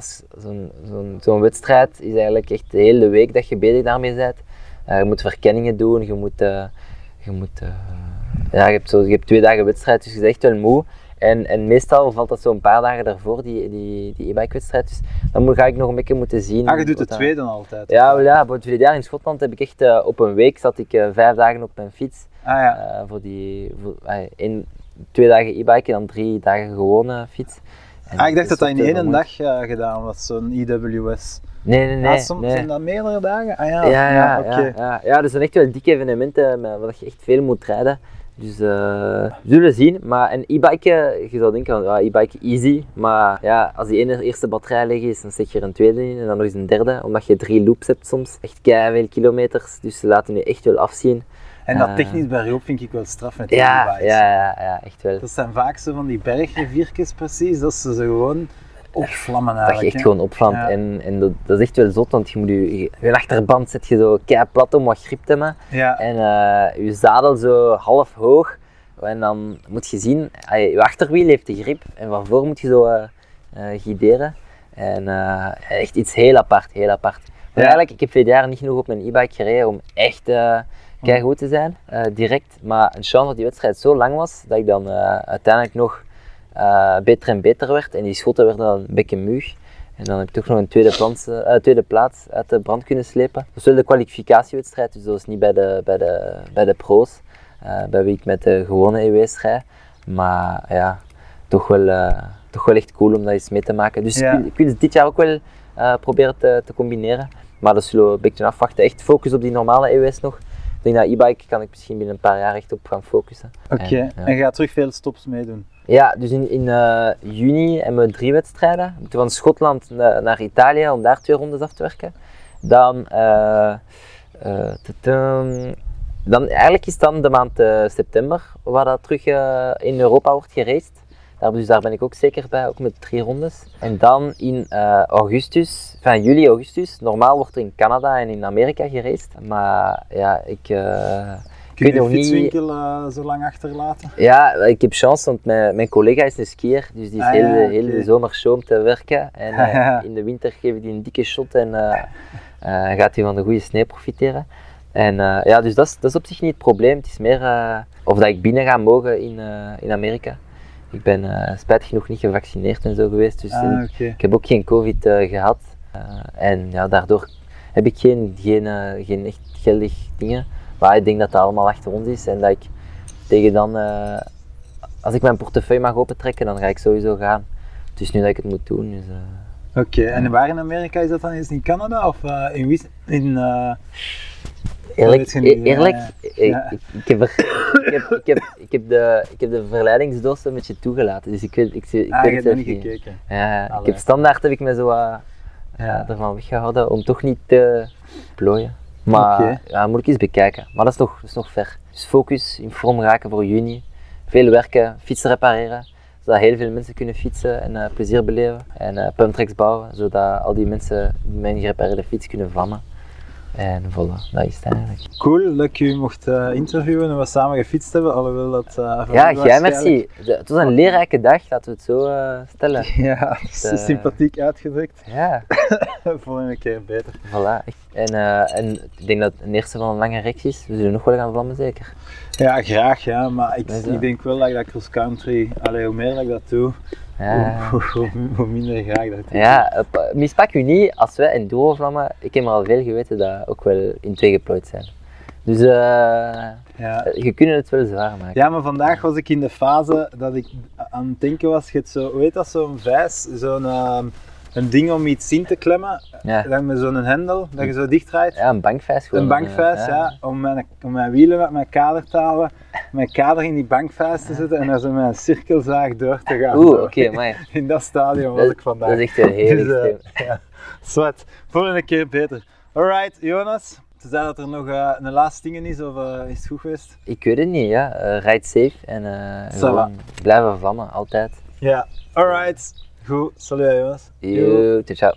Zo'n zo'n zo'n wedstrijd is eigenlijk echt de hele week dat je bezig daarmee bent. Uh, je moet verkenningen doen, je moet, uh, je, moet uh, ja, je, hebt zo, je hebt twee dagen wedstrijd, dus je bent echt wel moe. En, en meestal valt dat zo'n paar dagen daarvoor, die, die, die e-bike wedstrijd. Dus dan moet, ga ik nog een beetje moeten zien. Ah, je doet de dat, twee dan altijd? Ja, wel, ja, bijvoorbeeld vorig jaar in Schotland heb ik echt uh, op een week zat ik uh, vijf dagen op mijn fiets. Ah, ja. uh, voor die, voor, uh, in, twee dagen e-bike en dan drie dagen gewone fiets. En ah, ik dacht dat dat in één vermoeid. dag uh, gedaan was, zo'n E W S. Nee, nee, nee. Ah, soms nee. zijn dat meerdere dagen? Ah ja, Ja, ja, ja, ja, oké. ja, ja. ja, dat zijn echt wel dikke evenementen waar je echt veel moet rijden. Dus uh, we zullen zien. Maar een e-bike, je zou denken van ja, e-bike easy. Maar ja, als die ene eerste batterij leeg is, dan zet je er een tweede in en dan nog eens een derde. Omdat je drie loops hebt soms. Echt keiveel kilometers. Dus ze laten je echt wel afzien. En dat Uh, technisch beroep vind ik wel straf met die ja, e-bikes. ja, ja, ja, echt wel. Dat zijn vaak zo van die bergriviertjes precies, dat ze ze gewoon opvlammen Dat je eigenlijk. echt gewoon opvlamt. Ja. En, en dat, dat is echt wel zot, want je moet je, je achterband zet je zo kei plat om wat grip te hebben. Ja. En uh, je zadel zo half hoog. En dan moet je zien, uh, je achterwiel heeft de grip en van voor moet je zo uh, uh, guideren. En uh, echt iets heel apart, heel apart. Maar Ja. eigenlijk, ik heb vorig jaar niet genoeg op mijn e-bike gereden om echt uh, keigoed te zijn, uh, direct. Maar een chance dat die wedstrijd zo lang was, dat ik dan uh, uiteindelijk nog uh, beter en beter werd. En die schoten werden dan een beetje muug. En dan heb ik toch nog een tweede, plans, uh, tweede plaats uit de brand kunnen slepen. Dat is wel de kwalificatiewedstrijd, dus dat is niet bij de, bij de, bij de pro's. Uh, bij wie ik met de gewone E W S rijd. Maar ja, toch wel, uh, toch wel echt cool om dat eens mee te maken. Dus Ja. ik, wil, ik wil dit jaar ook wel uh, proberen te, te combineren. Maar dat zullen we een beetje afwachten. Echt focus op die normale E W S nog. Ik denk dat e-bike kan ik misschien binnen een paar jaar echt op gaan focussen. Oké, En, en, ja. je gaat terug veel stops meedoen? Ja, dus in, in uh, juni hebben we drie wedstrijden. We moeten van Schotland na, naar Italië om daar twee rondes af te werken. Dan, uh, uh, tatum, dan eigenlijk is het dan de maand uh, september waar dat terug uh, in Europa wordt geraced. Daar, dus daar ben ik ook zeker bij, ook met drie rondes. En dan in uh, augustus, van juli, augustus, normaal wordt er in Canada en in Amerika geraced. Maar ja, ik... Uh, Kun je Ik weet de nog niet- fietswinkel uh, zo lang achterlaten? Ja, ik heb chance, want mijn, mijn collega is een skier, dus die is Ah, heel, ja, de- oké. heel de zomer show om te werken. En uh, Ja. in de winter geeft hij een dikke shot en uh, uh, gaat hij van de goede sneeuw profiteren. En uh, ja, dus dat is, dat is op zich niet het probleem. Het is meer uh, of dat ik binnen ga mogen in, uh, in Amerika. Ik ben uh, spijtig genoeg niet gevaccineerd en zo geweest, dus Ah, in- oké. ik heb ook geen covid uh, gehad. Uh, en ja, daardoor heb ik geen, geen, uh, geen echt geldig dingen. Maar ik denk dat dat allemaal achter ons is en dat ik tegen dan, uh, als ik mijn portefeuille mag opentrekken, dan ga ik sowieso gaan. Het is nu dat ik het moet doen. Dus, uh, Oké, en waar in Amerika is dat dan? Is het in Canada of uh, in Wis- in uh, eerlijk, weet je niet, e- eerlijk ja, ik, ja. ik, ik, heb er, ik, heb, ik, heb, ik, heb de, ik heb de verleidingsdoos een beetje toegelaten, dus ik weet, ik, ik, ah, weet je het hebt nog zelf niet niet. gekeken? Ja, ik Allee. heb standaard heb ik me zo uh, Ja. ja, ervan weggehouden om toch niet te plooien. Maar Oké. ja, moet ik eens bekijken. Maar dat is nog, dat is nog ver. Dus focus, in vorm raken voor juni. Veel werken, fietsen repareren. Zodat heel veel mensen kunnen fietsen en uh, plezier beleven. En uh, pumptracks bouwen, zodat al die mensen met een gerepareerde fiets kunnen vlammen. En voilà, dat is het eigenlijk. Cool dat ik u mocht uh, interviewen en we samen gefietst hebben, alhoewel dat... Uh, ja, jij merci. De, het was een leerrijke dag, laten we het zo uh, stellen. Ja, dat is uh, sympathiek uitgedrukt. Ja. Volgende keer beter. Voilà. En, uh, en ik denk dat het een eerste van een lange reeks is. We zullen nog wel gaan vlammen, zeker? Ja, graag ja, maar ik, ik denk wel dat ik dat cross country, allee, hoe meer dat ik dat doe, ja. hoe, hoe, hoe minder graag dat doe. Ja, mispak u niet, als wij enduro vlammen, ik heb er al veel geweten dat ook wel in twee geplooid zijn. Dus uh, ja. je kunt het wel zwaar maken. Ja, maar vandaag was ik in de fase dat ik aan het denken was, je hebt zo, hoe heet dat, zo'n vijs, zo'n uh, een ding om iets in te klemmen, ja. Dan met zo'n hendel, dat je zo dichtdraait. Ja, een bankvijs gewoon. Een bankvijs, ja. ja, om mijn, om mijn wielen met mijn kader te halen, mijn kader in die bankvijs te zetten en dan zo met een cirkelzaag door te gaan. Oeh, oké, okay, maar in dat stadium was ik vandaag. Dat is echt een heel dus, uh, extreem. Ja, zwart. Volgende keer beter. Alright, Jonas. Tenzij dat er nog uh, een laatste ding is, of uh, is het goed geweest? Ik weet het niet, ja. Uh, ride safe en uh, gewoon blijven vlammen, altijd. Ja, alright. Goed, salut Jonas. Yo, ciao.